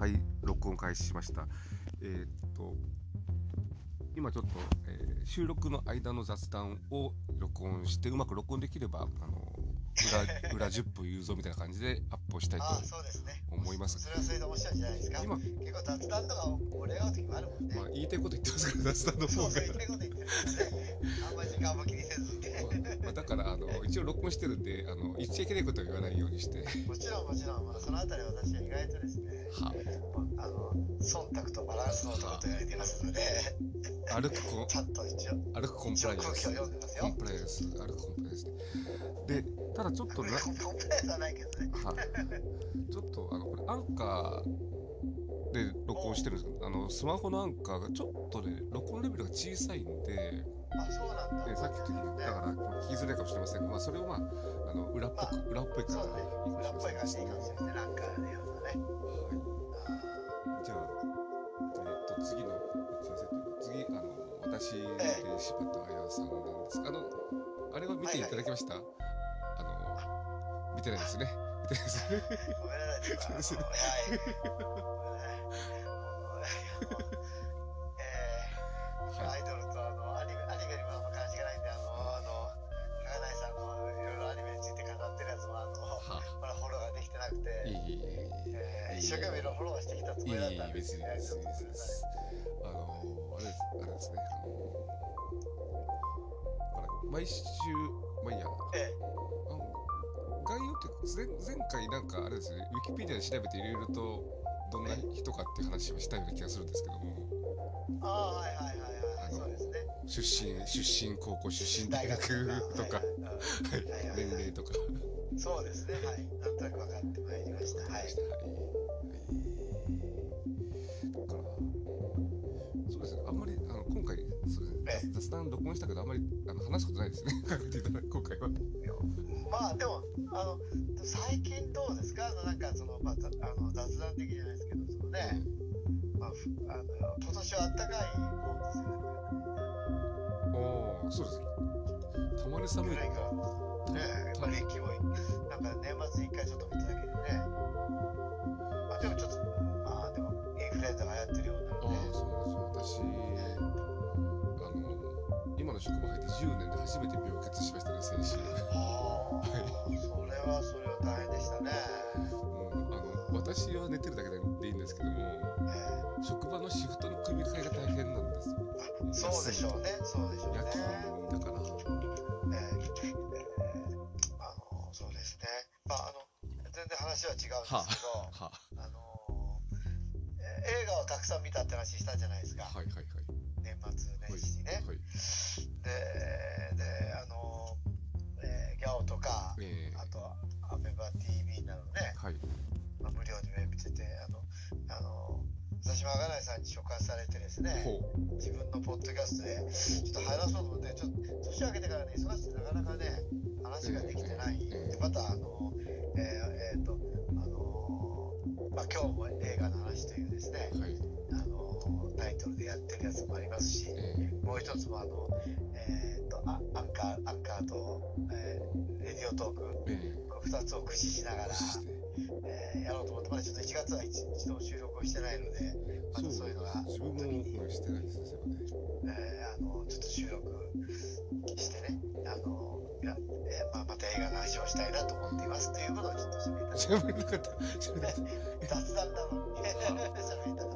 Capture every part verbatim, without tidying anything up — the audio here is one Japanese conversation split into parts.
はい、録音開始しました。えー、っと、今ちょっと、えー、収録の間の雑談を録音して、うまく録音できれば、あの裏, 裏じゅっぷん言うぞみたいな感じでアップをしたいと思います。 それはそれで面白いんじゃないですか。今結構雑談とか盛り上がる時もあるもんね。 まあ、言いたいこと言ってますから、雑談の方が。 そうそう、言いたいこと言ってるからね。あんまり時間も気にせずにね。 まあ、だからあの一応録音してるんで、あの言っちゃいけないことは言わないようにして。 もちろんもちろん、まあ、そのあたり私は意外とですね、はあの忖度とバランスの男と言われていますので、 歩くコンちゃんと一応歩くコンプライアンス、 空気を読んでますよ。 コンプライアンス、歩くコンプライアンスで、ただちょっとなコンプライアンスはないけどね。 はちょっとあのこれアンカーで録音してるんですけど、あのスマホのアンカーがちょっとね録音レベルが小さいんで、 あ、そうなんだ。 ね、さっきとだから聞きづらいかもしれませんが、まあ、それをまああの裏っぽく、まあ、裏っぽいからいいかもしれませんですね。 裏っぽい感じでいいかもしれませんね。なんかね、よね。 はい。じゃあ、えっと次の打ち合わせというか、次あの私で柴田彩さんなんですが、あのあれは見ていただきました？はいはい、あの見てないですね。見てないですね。 ごめんなさい。見てないですね。アイドルとあのアニメ、アニメにもあんま関係がないんで、あの、あの、加賀内さんのいろいろアニメについて語ってるやつも、あの、まだフォローができてなくて、いいえー、一生懸命いろいろフォローしてきたつもりだったんですけど、別に別に別に。 あの、あれです、あれですね、あの、あれ毎週、まあいいや、ええ、あの概要って前、前回なんかあれですね、ウィキペディアで調べていろいろとどんな人かっていう話をしたような気がするんですけども、 ああ、はいはいはいはい、そうですね。 出身、出身高校、出身大学とか、年齢とか。 そうですね、はい。なんとなく分かってまいりました。はい。 だから、そうですね、あんまり、あの、今回、そうですね、雑談録音したけど、あんまりあの話すことないですね、今回は。 まあ、でも、あの、最近どうですか？あの、なんか、その、まあ、あの雑談的じゃないですけど、そのね、うん、まあ、あの今年は暖かい方ですよね。 ああ、そうです。たまに寒い。 ねえ、やっぱり気温、なんか年末に一回ちょっと見ただけでね。まあでもちょっと、まあでもインフルエンザが流行ってるようなので。ああ、 そうですよ。私、あの、今の職場入ってじゅうねんで初めて病欠しましたね、先週。 ああ、それはそれは大変でしたね。 うん、あの、私は寝てるだけでいいんですけども、えー、職場のシフトの組み替えが大変なんですよ。 そうでしょうね、そうでしょうね。 夜勤だから。 そうですね。まあ、あの、全然話は違うんですけど、はあはあ、あのー、映画をたくさん見たって話したじゃないですか。はいはいはい。年末年始にね。はいはい、で、で、あのー、えー、ギャオとか、えー、あとはアメバ ティーブイ などね、はい、まあ、無料で見てて、あの、あのー、私も赤内さんに触発されてですね、自分のポッドキャストでちょっと入らそうと思って、ちょっと年明けてからね、忙しくてなかなかね、話ができてない。で、また、あの、えー、えー、と、あのー、まあ、今日も映画の話というですね、はい、あのー、タイトルでやってるやつもありますし、もう一つも、あの、えー、と、アンカー、アンカーと、えー、レディオトーク、こう二つを駆使しながら、えー、やろうと思って、まだちょっといちがつは 一, 一度も収録をしてないので、またそういうのが、 自分もしてないですね、それはね。 えー、あの、ちょっと収録してね、あの、いや、えー、まあ、また映画の話をしたいなと思っていますということをちょっと喋りたかった。喋りたかった。雑談なのに喋りたかった。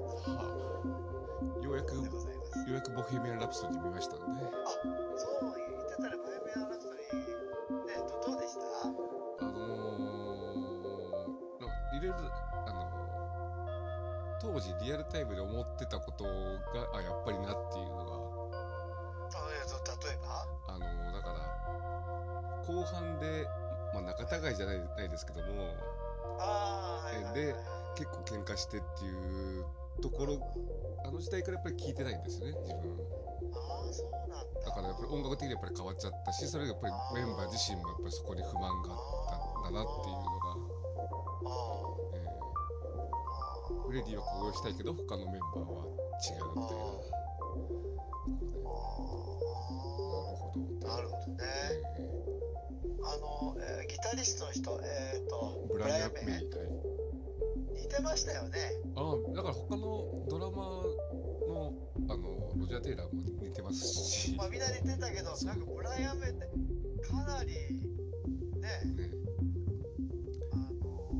ようやく、ようやくボヘミアン・ラプソディ見ましたんで。 あ、そう言ってたらボヘミアン・ラプソディ、ね、どどうでした？ あのー、なんかいろいろ、あのー、当時リアルタイムで思ってたことが、あ、やっぱりなっていうのが。 例えば？ あのー、だから、後半で、まあ、仲違いじゃない、ないですけども、 あー、はいはいはい、 で、結構喧嘩してっていうところ、あの時代からやっぱり聞いてないんですよね、自分。 ああ、そうなんだ。 だからやっぱり音楽的にやっぱり変わっちゃったし、それがやっぱりメンバー自身もやっぱりそこに不満があったんだなっていうのが、えー、フレディはこうしたいけど他のメンバーは違うみたいな。 なるほどね。えー、あの、えー、ギタリストの人、えっ、ー、と、 ブライアン・メイ、はい、 似ててましたよね。 ああ、だから他のドラマのあのロジャー・テイラーも似てますし、 まあみんな似てたけど、なんかブライアン・メイってかなりね、ねあの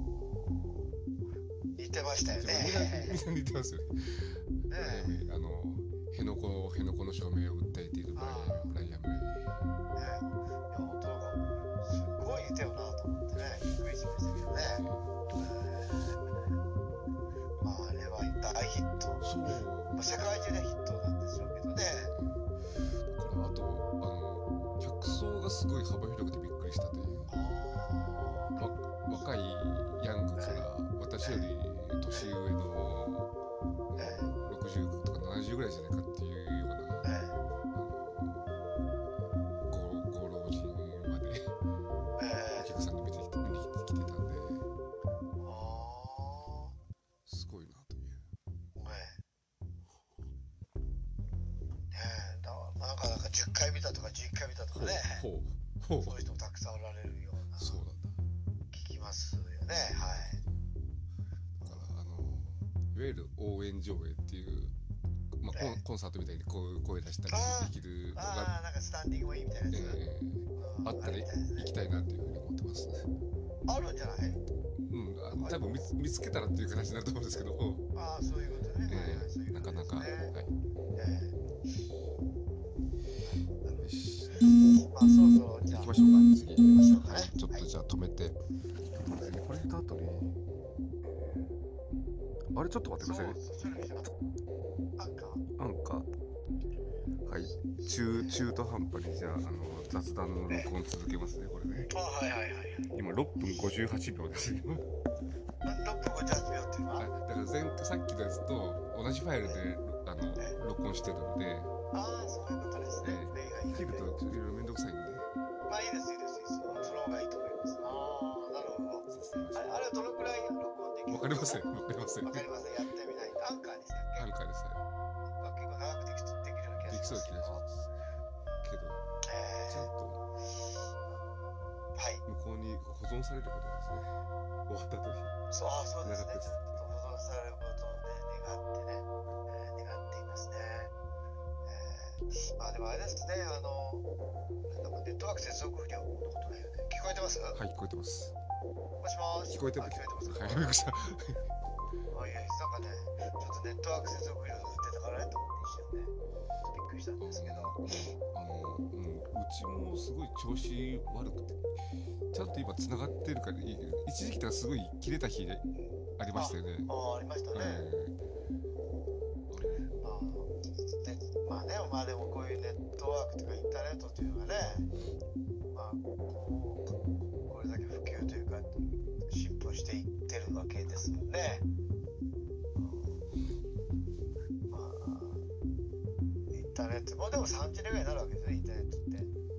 ー、似てましたよね。 みんな似てますよね。ブライアン・メイ、あの辺野古辺野古の証明を訴えているブライアン・ブライアン・メイ。ね、いや本当なんかすごい似てるなと思ってね、びっくりしましたけどね。まああれは大ヒット。そう。まあ、世界中でヒットなんでしょうけどね。 だからあとあの客層がすごい幅広くてびっくりしたという。わ若いヤングから私より年上のろくじゅうとかななじゅうぐらいじゃないかっていうような、ごご老人までお客さんに見てきて見に来てたんで、すごいなという。 なんかなんかじゅっかい見たとかじゅういっかい見たとかね、ほうほうそういう人もたくさんおられるような、そうなんだ、聞きますよね。はい。 だからあのいわゆる応援上映っていう、まあ、コン、コンサートみたいにこう声出したりできるのが、 ああ、なんかスタンディングもいいみたいなやつ、えー、あったら行きたいなっていうふうに思ってます。 あるんじゃない？ うん、あの多分見つ、見つけたらっていう形になると思うんですけど、 ああ、そういうことね。 えー、なかなか、はい。えーまあ、そろそろじゃあ行きましょうか。次行きましょうかね。ちょっとじゃあ止めて。これした後に、あれちょっと待ってくださいね。アンカー。はい。中中途半端にじゃあ、あの雑談の録音続けますね。これね。 あ、はいはいはい。 今ろっぷんごじゅうはちびょうですよ。ろっぷんごじゅうはちびょうっていうのは？ だから前さっきのやつと同じファイルであの録音してるんで。 ああ、そういうことですね。 切るといろいろめんどくさいんで。 まあいいですいいですいいです。その方がいいと思います。ああ、なるほど。あれはどのくらい録音できる？ わかりません。わかりません。 わかりません。やってみないと。アンカーでしたっけ？ アンカーです。 結構長くできできるような気がします。できそうな気がします。 けど、えー、ちゃんとはい向こうに保存されることですね。終わった後に。 そう、あ、そうですね。ちゃんと保存されることをね願ってね、えー、願っていますね。まあでもあれですね、あの、なんかネットワーク接続不良のことだよね。聞こえてます？ はい、聞こえてます。 もしもし。 聞こえてます。 聞こえてます。 はい、びっくりした。 あ、いや、なんかね、ちょっとネットワーク接続不良が出たからねと思って一瞬ね、びっくりしたんですけど。 あの、うん、うちもすごい調子悪くて、ちゃんと今繋がってるから、一時期からすごい切れた日ありましたよね。 ああ、ありましたね。えーまあね、まあでもこういうネットワークとかインターネットというのがね、まあこうこれだけ普及というか進歩していってるわけですもんね。まあインターネットもうでもさんじゅうねんぐらいになるわけですね、インターネットって。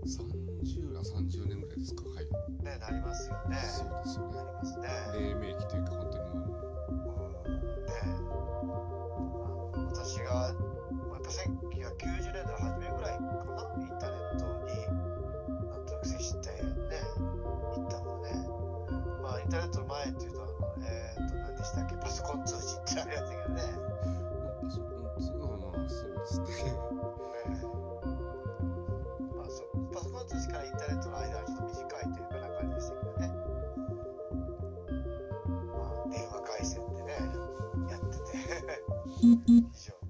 さんじゅうやさんじゅうねんぐらいですか。はい。 ね、なりますよね。 そうですよね。 なりますね。 黎明期というか本当にもう。 ね、まあ、私がせんきゅうひゃくきゅうじゅうねんだいはじめぐらいかな、インターネットになんとなく接してね、行ったのね。まあインターネットの前っていうと、あのえー、っと何でしたっけ、パソコン通信ってあるやつだけどね。 パソコン通信、まあそうですね。 まあそパソコン通信からインターネットの間はちょっと短いというかな感じでしたけどね。まあ電話回線でねやってて非常に。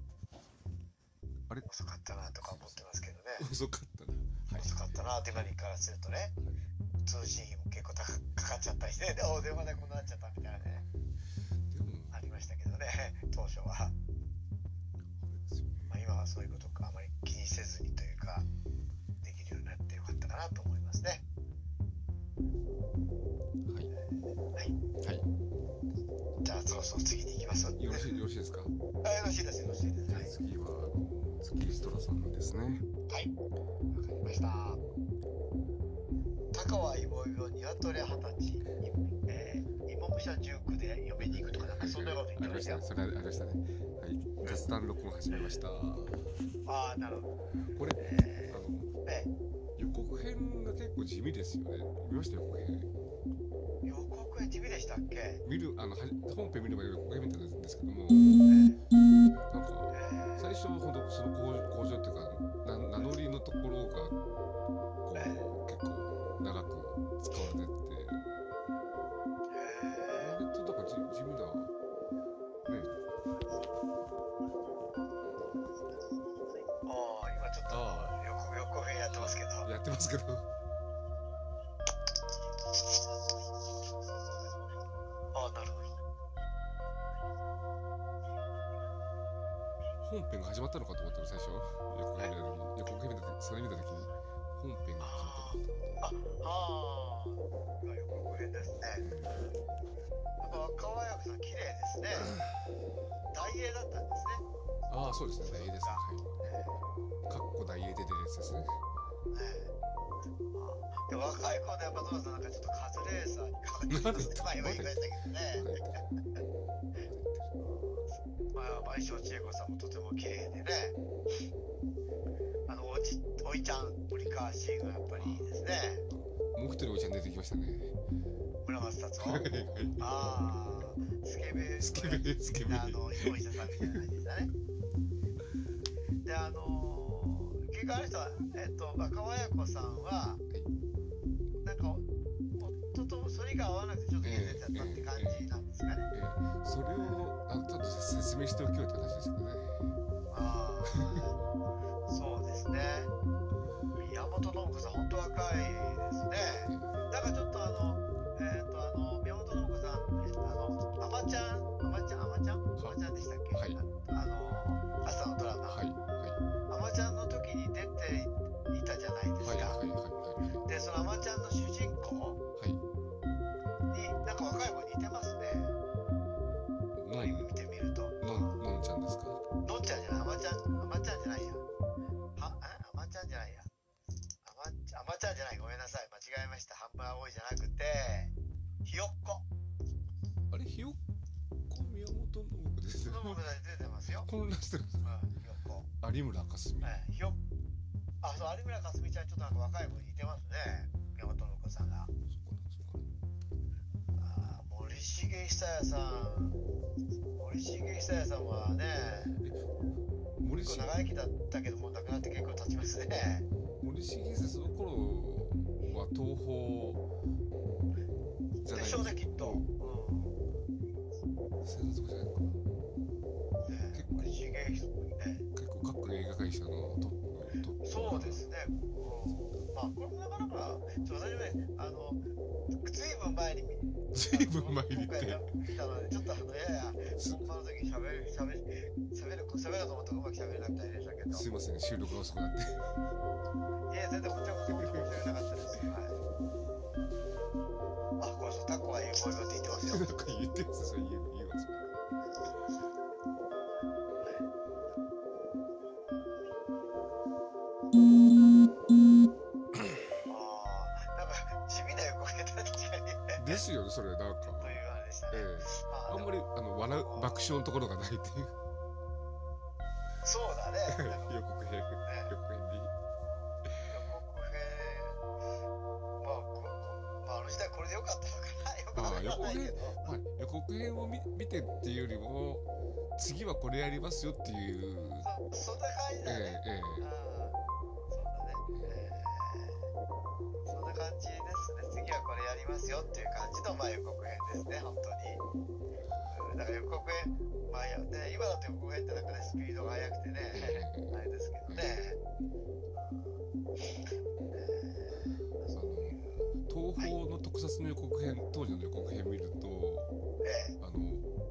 遅かったなとか思ってますけどね。 遅かったな。 はい、遅かったなって今からするとね、はい、通信費も結構高かかっちゃったりして、ね、お電話でこんなっちゃったみたいなね。でもありましたけどね、当初は。まあ、今はそういうことかあまり気にせずにというかできるようになってよかったかなと思いますね。 はい。 はい。はい。じゃあそろそろ次に行きます。 よろしいよろしいですか。 あ、よろしいですよろしいです。はい、 次は月リストラさんですね。 はい。わかりました。高川いぼいぼ鶏二十歳、えー、芋武者十九で嫁に行くとかなんかそんなこと言ってましたよ。 それありましたね。はい。雑談録音始めました。 ああ、なるほど。 これ、えー、あの、えー、予告編が結構地味ですよね。見ました予告編。 予告編地味でしたっけ？ 見るあの本編見る前に予告編見たんですけども、なんか最初ほどその工場っていうかな名乗りのところがこう結構長く使われてて、割となんか地味なね。 ああ、今ちょっと予告予告編やってますけど。 やってますけど。本編が始まったのかと思ったの最初。予告編見た時に、予告編見た時、それ見た時に本編が始まったのかと思った。 ああ、予告編ですね。なんか若林役さん綺麗ですね。大英だったんですね。 ああ、そうですね、大英ですね。はい。かっこ大英で出るやつですね。 で若い子でやっぱどうですか、なんかちょっとカズレーサーに変わってますね。前も言いましたけどね。まあ、倍賞千恵子さんもとても綺麗でね、あのおじおいちゃん、森川シーンがやっぱりいいですね。 もう一人おいちゃん出てきましたね。 村松達夫。ああ、スケベスケベスケベあのお医者さんみたいな感じでしたね。で、あのー、結局あの人は、えっと、若林子さんは、はい、なんか夫と反りが合わなくてちょっと家出ちゃったって感じなんですかね。 えーえーえー、それをあちょっと説明しておきようって話ですけどね。 ああ、そうですね。宮本信子さん、本当若いですね。だからちょっとあの、えっと、あの、宮本信子さん、あの、あまちゃん、あまちゃん、あまちゃん、あまちゃんでしたっけ？はい。あの、朝のドラマ。はい。はい。あまちゃんの時に出ていたじゃないですか。はい。はい。はい。で、そのあまちゃんの主人公。はい。に、なんか若い子似てますね。のん、見てみると。 のん、のんちゃんですか？ のんちゃんじゃない、あまちゃん、あまちゃんじゃないや。は、あまちゃんじゃないや。あま、あまちゃんじゃない、ごめんなさい。間違えました。半分青いじゃなくて、ひよっこ。 あれ、ひよっこ宮本信子ですよ。 信子出てますよ。 混乱してる。 うん、ひよっこ。有村架純。 ええ、ひよっあ、そう、有村架純ちゃん、ちょっとなんか若い子に似てますね。宮本信子さんが。あ、森重久彌さん。森重久彌さんはね、森重長生きだったけど、もう亡くなって結構経ちますね。 森重久彌その頃は東宝じゃないですか。でしょうね、きっと。うん。戦争じゃないかな。ね、結構森重久彌ね。結構各映画会社のトップ、トップ。 そうですね。うん、まあ、これもなかなか、ちょっと私もね、あの、ずいぶん前に見ずいぶん前に見て見たので、ちょっとあの、やや、本番の時に喋る、喋る、喋る、喋ろうと思ったらうまく喋れなくてあれでしたけど。 すいません、収録が遅くなって。 いや、全然こちらこそ本当申し訳なかったです。はい。あ、これそう、タコは英語って言ってますよ。 なんか言ってます、それ言う、言うわ、それ。ですよね、それなんか。というあれでしたね。 ええ、あんまりあの笑う爆笑のところがないっていう。 そうだね。 予告編、予告編に。 予告編、まあ、まあ、あの時代これでよかったのかな。よくわかんないけど。 まあ、予告編を見見てっていうよりも、次はこれやりますよっていう。 そ、そんな感じだね。ええ、ええ。感じですね。次はこれやりますよっていう感じの、まあ、予告編ですね、本当に。だから予告編、まあね、今だと予告編ってなんかね、スピードが速くてね、あれですけどね。 東宝の特撮の予告編、はい、当時の予告編見ると、ええ、あの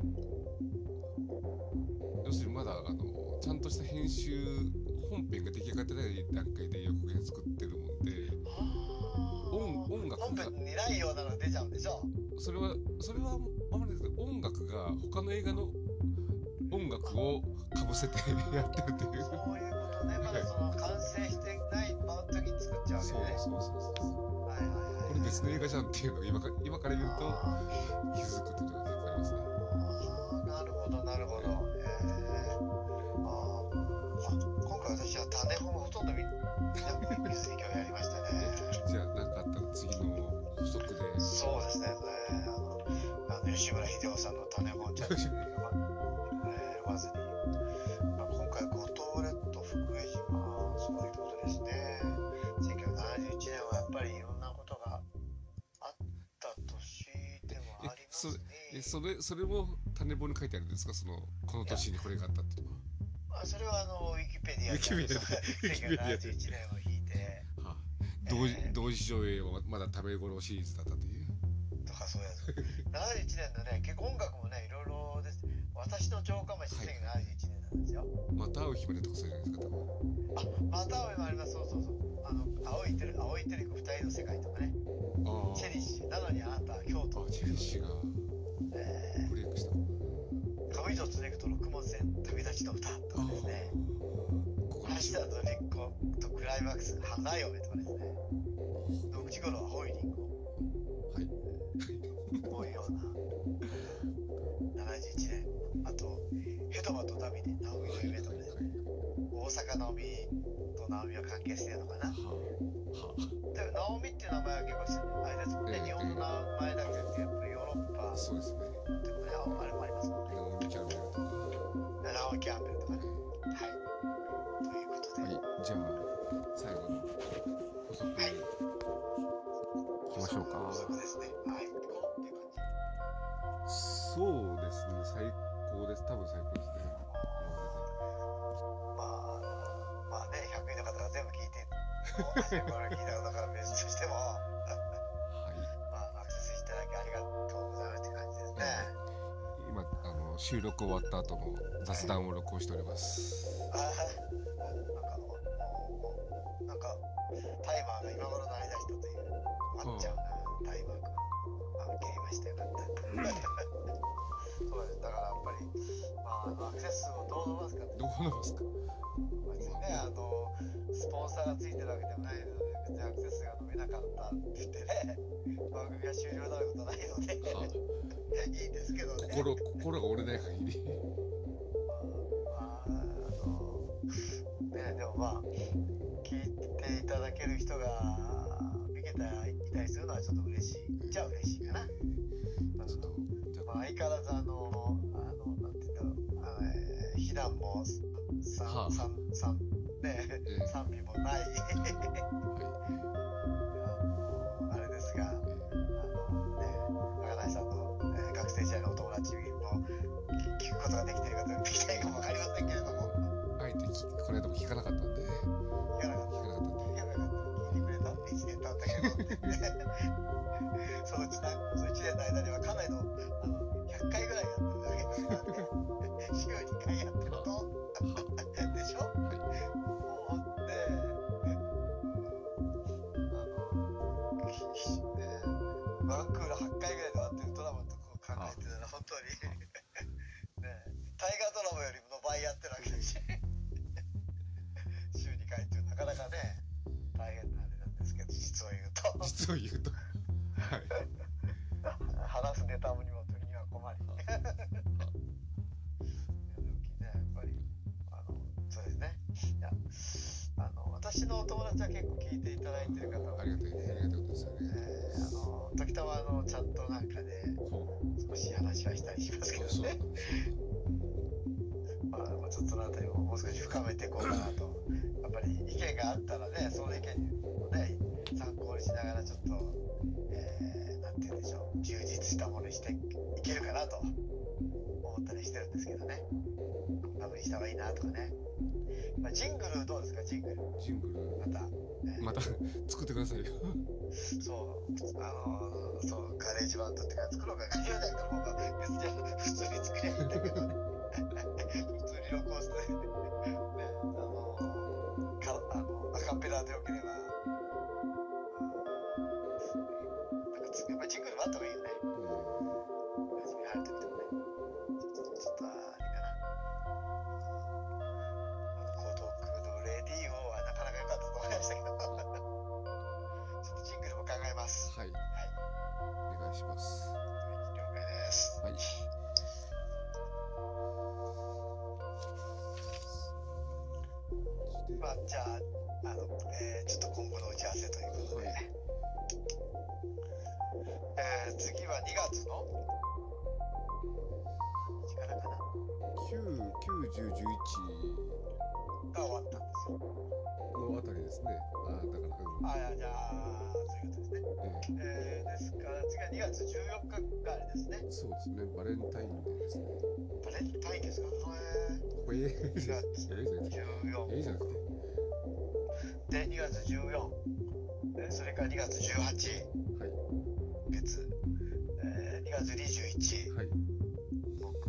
要するにまだあのちゃんとした編集、本編が出来上がってない段階で予告編作ってるもんで。音, 音楽が本編にないようなのが出ちゃうんでしょ。 それはそれはあんまりですけど、音楽が他の映画の音楽をかぶせてやってるっていう。 そういうことね。まだその完成してない時に作っちゃうわけね。 そうそうそうそう。はいはいはい。これ別の映画じゃんっていうのを今か今から言うと気づくっていうのが結構ありますね。 ああ、なるほどなるほど。へえ。ああ、今回私は種本ほとんど見見ずに今日やりましたね。 じゃあ何かあったら次の補足で。 そうですね。あの、あの吉村秀読まずに、まあ、今回五島列島、福江島、そういうことですね。せんきゅうひゃくななじゅういちねんはやっぱりいろんなことがあった年でもありますね。 えそれそれも種棒に書いてあるんですか、そのこの年にこれがあったっていうのは。 あ、それはあのウィキペディアウィキペディアでせんきゅうひゃくななじゅういちねんを引いて、 はあ、同時、えー、同時上映はまだ食べ頃シリーズだったというとか、そうやつななじゅういちねんのね、結構音楽もねいろいろです。私の城下町せんきゅうひゃくななじゅういちねんなんですよ。 また会う日までとかそうじゃないですか、多分。 あ、また会う日もあります。そうそうそう。あの青いテレ青いテレコ二人の世界とかね。チェリッシュなのにあなたは京都。 あ、チェリッシュがブレイクしたかも。 上条常と六文線旅立ちの歌とかですね。橋田のりっことクライマックス花嫁とかですね。野口五郎は青いリンゴ。はい。こういうようなななじゅういちねん。あとヘドバとダビデ直美の夢とかですね。大阪直美と直美は関係してるのかな。はあはあ、で直美っていう名前は結構あれですもんね、えー、日本の名前だけじゃなくてやっぱりヨーロッパ、 そうですね。 でもね、あれもありますもんね。 ナオミ・キャンベルとか。 ナオミ・キャンベルとかね。はい。ということで。 はい。じゃあ最後の補足、はい、いきましょうか。 補足ですね。はい。行こうっていう感じ。 そうですね。最高です。多分最高ですね。 まあまあね、ひゃくにんの方が全部聞いて、初めから聞いたことから別としても、はい。まあアクセスいただきありがとうございますって感じですね。 今あの収録終わった後の雑談を録音しております。 はい、なんかなんかタイマーが今頃鳴り出したという待っちゃうな、タイマーがあ切りましたよかったそうです。だからやっぱりまああのアクセス数をどう伸ばすかどう伸ばすか。 別にね、あのスポンサーがついてるわけでもないので別にアクセスが伸びなかったって言ってね番組が終了になることないので、はあ、いいんですけどね。 心心が折れない限りまあ、あのね、でもまあ聞いていただける人が見ていたりするのはちょっと嬉しいじゃあ嬉しいかな。まあ、相変わらずあのあのなんていうんだろう、あの、えー、非難も賛、はあ、賛ね、えー、賛美もないはいあれですが、あのね、赤内さんの、えー、学生時代のお友達も聞くことができているかできないかもわかりませんけれども、 あえてこれでも聞かなかったんで、 聞かなかった、聞かなかった、聞かなかった、聞いてくれたっていちねん経ったけどそのうちな、そのいちねんの間にはかなりのあのひゃっかいぐらいやってるわけですからね週にかいやってるとでしょ、はい、もうね、ワンクールはっかいぐらいで終わってるドラマとこう考えてたら本当にね、大河ドラマよりも倍やってるわけだし週にかいっていうなかなかね大変なあれなんですけど、実を言うと実を言うとはい話すネタにも時には困りね、やっぱりあのそうですね。いやあの私のお友達は結構聞いていただいてる方もありがたいありがたいことですよね。 えー、あの時たまのチャットなんかで少し話はしたりしますけどね。まあ、ちょっとそのあたりをもう少し深めていこうかなと。やっぱり意見があったらね、その意見をね参考にしながらちょっと、えー、なんて言うんでしょう、充実したものにしていけるかなと思ったりしてるんですけどね。こんな風にした方がいいなとかね。まあ、ジングルどうですか、ジングル。 ジングルまた、 えー、また作ってくださいよそうあのー、そうガレージバンドっていうか作ろうか、ガレージバンドの方が別に普通に作りゃいいんだけどね普通に録音してね、あのー、かあのアカペラでよければ、なんかやっぱりジングルもあった方がいいよね、うん、初め入る時とかね、ちょっとちょっとあれかな、孤独のレディオはなかなか良かったと思いましたけどちょっとジングルも考えます。 はい、はい、お願いします。 はい、了解です。 はい。 まあ、じゃあ、あの、えー、ちょっと今後の打ち合わせということで、はい、えー、次はにがつのきゅう、きゅう、じゅう、じゅういちが終わったんですよ。 のあたりですね。ああ、だから、うん。 ああ、じゃあ、そういうことですね。えー、えー、ですから、次はにがつじゅうよっかがあれですね。 そうですね、バレンタインデーですね。 バレンタインですか？ ほえー。 にがつじゅうよっか。 ええじゃなくて。 で、にがつじゅうよっか。それからにがつじゅうはち。 はい。 月。えー、にがつにじゅういち。 はい。 僕。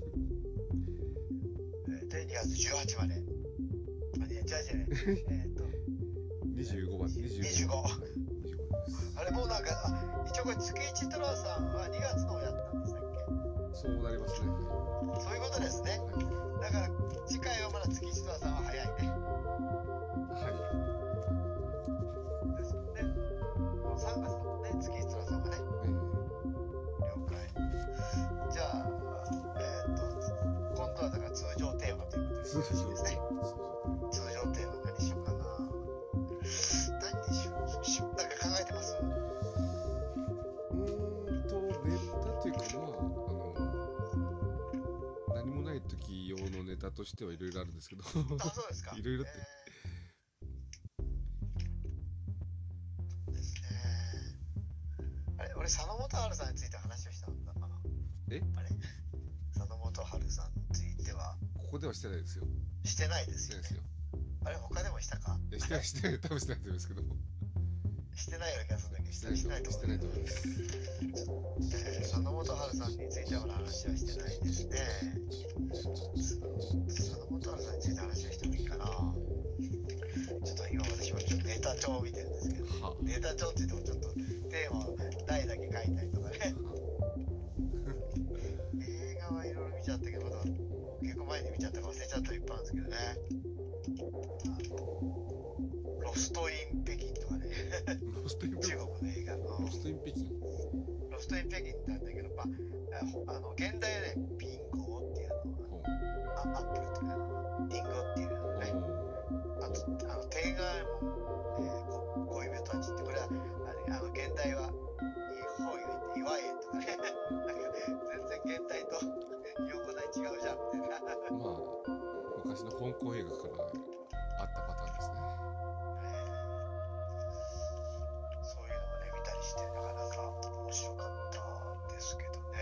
で、にがつじゅうはちまで。あ、いや、じゃあじゃあね。えっと。 にじゅうごばん。にじゅうご。 にじゅうご。 はい。にじゅうごです。 あれ、もうなんか、あ、一応これ、月一トラさんはにがつのやったんでしたっけ？ そうなりますね。はい。 そういうことですね。 はい。 だから、次回はまだ月一トラさんは早いね。 はい。 ですね。もうさんがつだもんね、月一トラさんはね。 えー、 了解。じゃあ、えっと、今度はだから通常テーマということで通常ですね。通常テーマ何しようかな。何にしよう。しなんか考えてます？ うーんと、ネタというか、まあ、あの、何もない時用のネタとしてはいろいろあるんですけど。 あ、そうですか。 いろいろって。 えー、ですね。あれ、俺、佐野元春さんについて話をしたんだかな。 えあれ佐野元春さんについては。 ここではしてないですよ。 してないですよね。 してないですよ。 あれ、他でもしたか？ してない、してない、多分してないと思いますけど。 してないような気がするんだけど、 してないしてないと思う。 してないと思います。 えー、佐野元春さんについては話はしてないですね。佐野元春さんについて話をしてもいいかな。ちょっと今私もちょっとネタ帳を見てるんですけど、ネタ帳って言ってもちょっとテーマを題だけ書いたりとかね。映画はいろいろ見ちゃったけど、まだ結構前に見ちゃったか忘れちゃったらいっぱいあるんですけどね。ロストイン北京とかね。 ロストイン北京。 中国の映画の。 ロストイン北京。 ロストイン北京なんだけど、まあ、あの現代はね、ビンゴっていうの、あ、アップルっていうの、リンゴっていうのね。あと、あの、天安門、えー、恋人たちって、これは、あれ、あの、現代は、日本言わえとかね。なんか、全然現代と日本語題違うじゃん、みたいな。 まあ、昔の香港映画からあったパターンですね。 そういうのをね、見たりして、なかなか面白かったですけどね。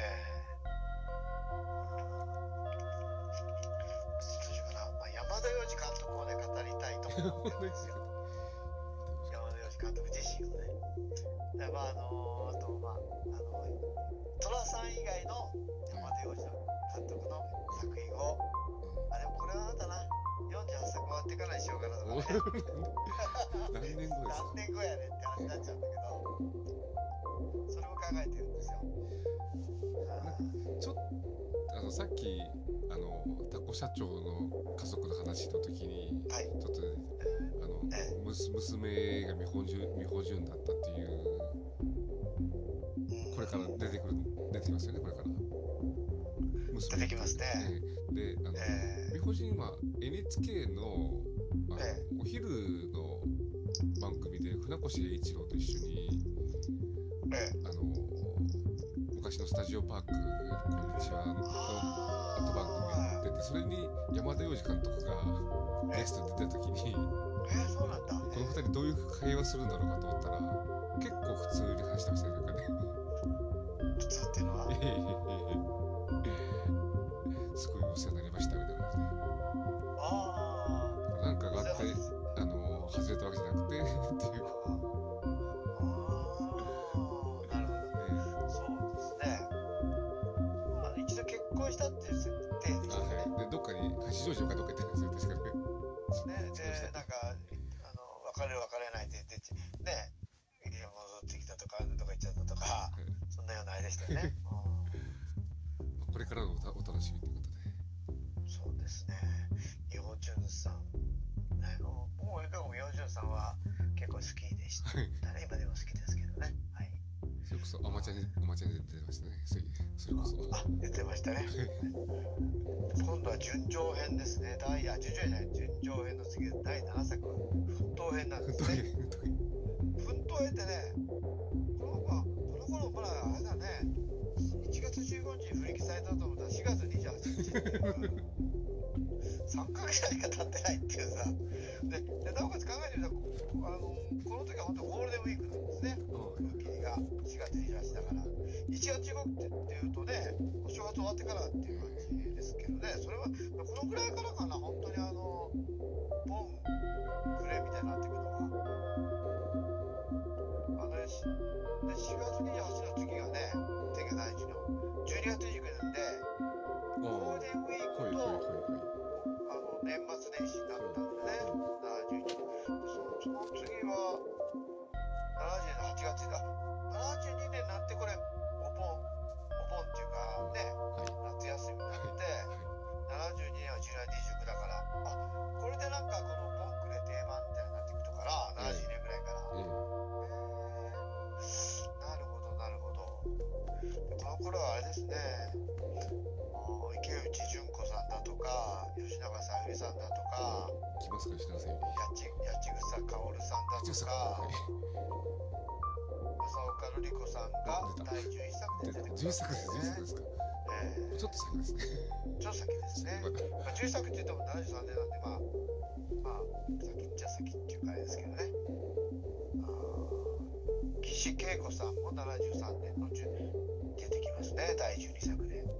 どうしようかな。まあ、山田洋次監督をね、語りたいと思ってるんですよ。山田洋次監督自身をね。で、まあ、あのー、あと、まあ、あの、寅さん以外の山田洋次監督の作品を、あ、でもこれはあなたな、よんじゅうはっさく終わってからにしようかなとかね。 何年後ですか？ 何年後やねんって話になっちゃうんだけど、それも考えてるんですよ。 ちょっとあのさっきあのタコ社長の家族の話の時に、はい、ちょっと、ね、あの、ええ、娘が美穂純美穂純だったっていう、これから出てくる出てきますよね、これから娘出てきますね。 で、あの、えー、美穂純は エヌエイチケー の、あの、えー、お昼の番組で船越英一郎と一緒に、えー、あの昔のスタジオパークこんにちはの後番組やってて、それに山田洋次監督がゲストで出た時に、えー、そうなんだ、 このふたりどういう会話するんだろうかと思ったら、結構普通に話してましたね、なんかね。 普通っていうのはすごいお世話になりましたみたいな感じで、 あなんかがあってあの外れたわけじゃなくてっていう八丈島かどっか行ってるんですよ、確かに。 ね、で、なんか、あの、別れる別れないって言って、ね、戻ってきたとか、どこ行っちゃったとか、うん、そんなようなあれでしたよね。 うん、これからのお楽しみということで。 そうですね。美穂純さん。ね、もう、もう美穂純さんは結構好きでしたね。今でも好きですけどね。はい。 それこそ、アマチュアに、アマチュアに出てましたね。それこそ。 あ、出てましたね。今度は純情編ですね。第、あ、純情編じゃない、純情編の次でだいななさくは奮闘編なんですね。奮闘編ってね、このまあ、この頃、まだあれだね、いちがつじゅうごにちに振り消されたと思ったらしがつにじゅうはちにちにさんかげつしか経ってないっていうさ。で、でなおかつ考えてみたら、あのこの時は本当ゴールデンウィークなんですね。空気がしがつにじゅうはちだから。いちがつじゅうごってっていうとね、お正月終わってからっていう感じですけどね、それはこのぐらいからかな、本当にあの、ボンくれみたいになってくるのは。あのでしがつにじゅうはちの次がね、せんきゅうひゃくななじゅうのじゅうにがつにじゅうくにちなんで、ゴールデンウィークと、あの年末年始になったんだよね、ななじゅういちねん。その、その次は、ななじゅうねんのはちがつだ。ななじゅうにねんになってこれ、お盆、お盆っていうかね、夏休みになって、ななじゅうにねんはじゅうにがつにじゅうくだから、あ、これでなんかこのボンクレ定番みたいになっていくとから、ななじゅうねんぐらいから。へー、なるほど、なるほど。この頃はあれですね、池内純子さんだとか、吉永小百合さんだとか、 来ますか、吉永小百合。 八千草薫さんだとか、浅岡瑠璃子さんがだいじゅういっさくで出てくるんですね。 じゅういっさくです、じゅういっさくですか。えー、ちょっと先ですね。 ちょっと先ですね。まあ、じゅういっさくって言ってもななじゅうさんねんなんで、まあ、まあ、先っちゃ先っていうかあれですけどね。岸恵子さんもななじゅうさんねんの出てきますね、だいじゅうにさくで。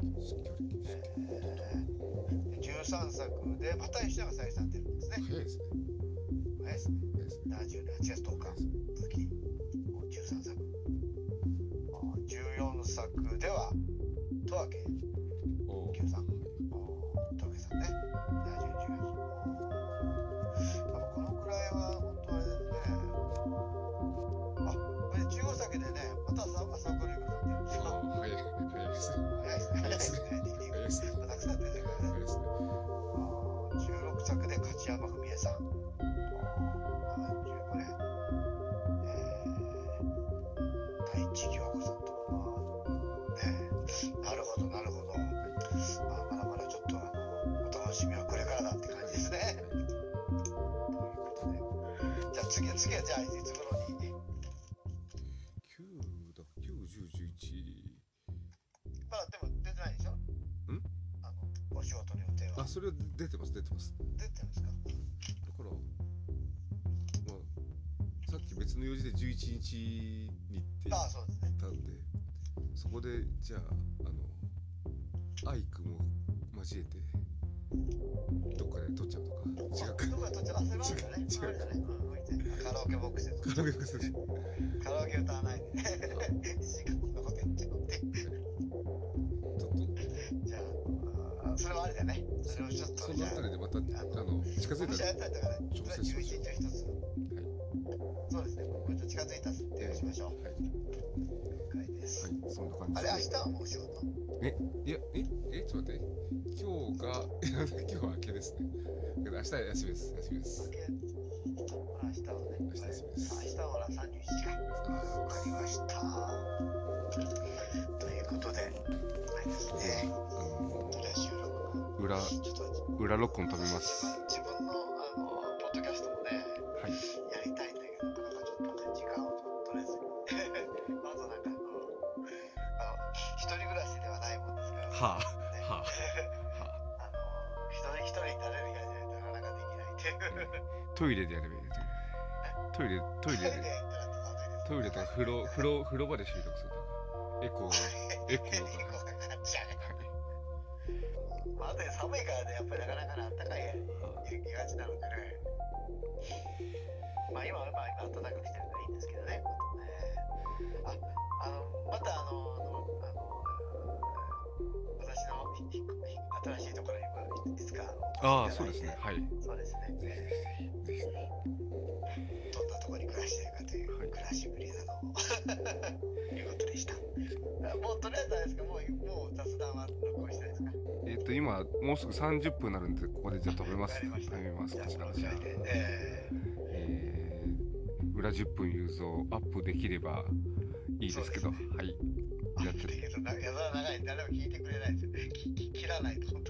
えー、じゅうさんさくで、また吉永小百合さん出るんですね。 早いですね。 早いですね。ななじゅうねんはちがつとおか、武器、じゅうさんさく。じゅうよんさくでは、十和家久さん。十和家さんね。ななじゅうねんじゅうがつ。このくらいは、本当あれですね。あ、これじゅうごさくでね、また浅岡瑠璃子さん出るんですよ。 早い、早いですね。 早いですね。早いですね。早いですね。たくさん出てくるね。早いですね。じゅうろくさくで勝山文江さん。ななじゅうごねん。えー、太一京子さんとかね。なるほど、なるほど。あ、まだまだちょっとあの、お楽しみはこれからだって感じですね。ということで。じゃあ次は、次はじゃあいつ頃に。 きゅうだ、きゅう、じゅう、じゅういち。 まだでも出てないでしょ？ん？あの、お仕事の予定は。 あ、それは出てます、出てます。 出てるんですか？だから、まあ、さっき別の用事でじゅういちにちに行ってたんで、そこで、じゃあ、あの、アイクも交えて、どっかで撮っちゃうとか。違うか。 どっかで撮っちゃう。あ、それもあるんだね。違う。カラオケボックスで。 カラオケボックスで。 カラオケ歌わないでね。時間のこと言っちゃうって。ちょっと。じゃあ、それはあれだね。それをちょっと。 そのあたりでまた、あの、近づいたら。 調整しましょう。じゅういちにちを一つ。はい。そうですね。これと近づいたっていうしましょう。はい。了解です。 はい、そんな感じ。 あれ、明日はもう仕事？ え、いや、え、え、ちょっと待って。今日が、今日は明けですね。明日は休みです。休みです。 明日はね。 明日休みです。 明日はほらさんじゅういちにちか。わかりました。ということで、あれですね。収録。 裏、裏録音止めます。 自分の、あの、ポッドキャストもね、はい、やりたいんだけど、なかなかちょっとね、時間を取れずに。まずなんか、うん、あの、一人暮らしではないもんですから。 はあ、 ね、はあ、はあ。あの、一人一人になれる以外じゃないとなかなかできないっていう。 トイレでやればいい。トイレ、トイレで。トイレとか風呂、風呂、風呂場で収録するとか。エコー、エコーが。エコーがかかっちゃう。まあ、寒いからね、やっぱりなかなかあったかい行きがちなのでね。まあ今は、まあ今暖かくしてるからいいんですけどね。あ、あの、またあの、あの、私の新しいところにもいつか。ああ、そうですね。はい。そうですね。ぜひぜひ。どんなところに暮らしているかという、はい、暮らしぶりなどをいうことでした。もうとりあえずあれですか、もう、もう雑談は録音してですか？えっと、今、もうすぐさんじゅっぷんになるんで、ここでじゃあ止めます。止めます。こちらじゃあ。えー、えー、裏じゅっぷん雄三アップできればいいですけど、はい。やってる。やだ長い、誰も聞いてくれないですよね。切らないと。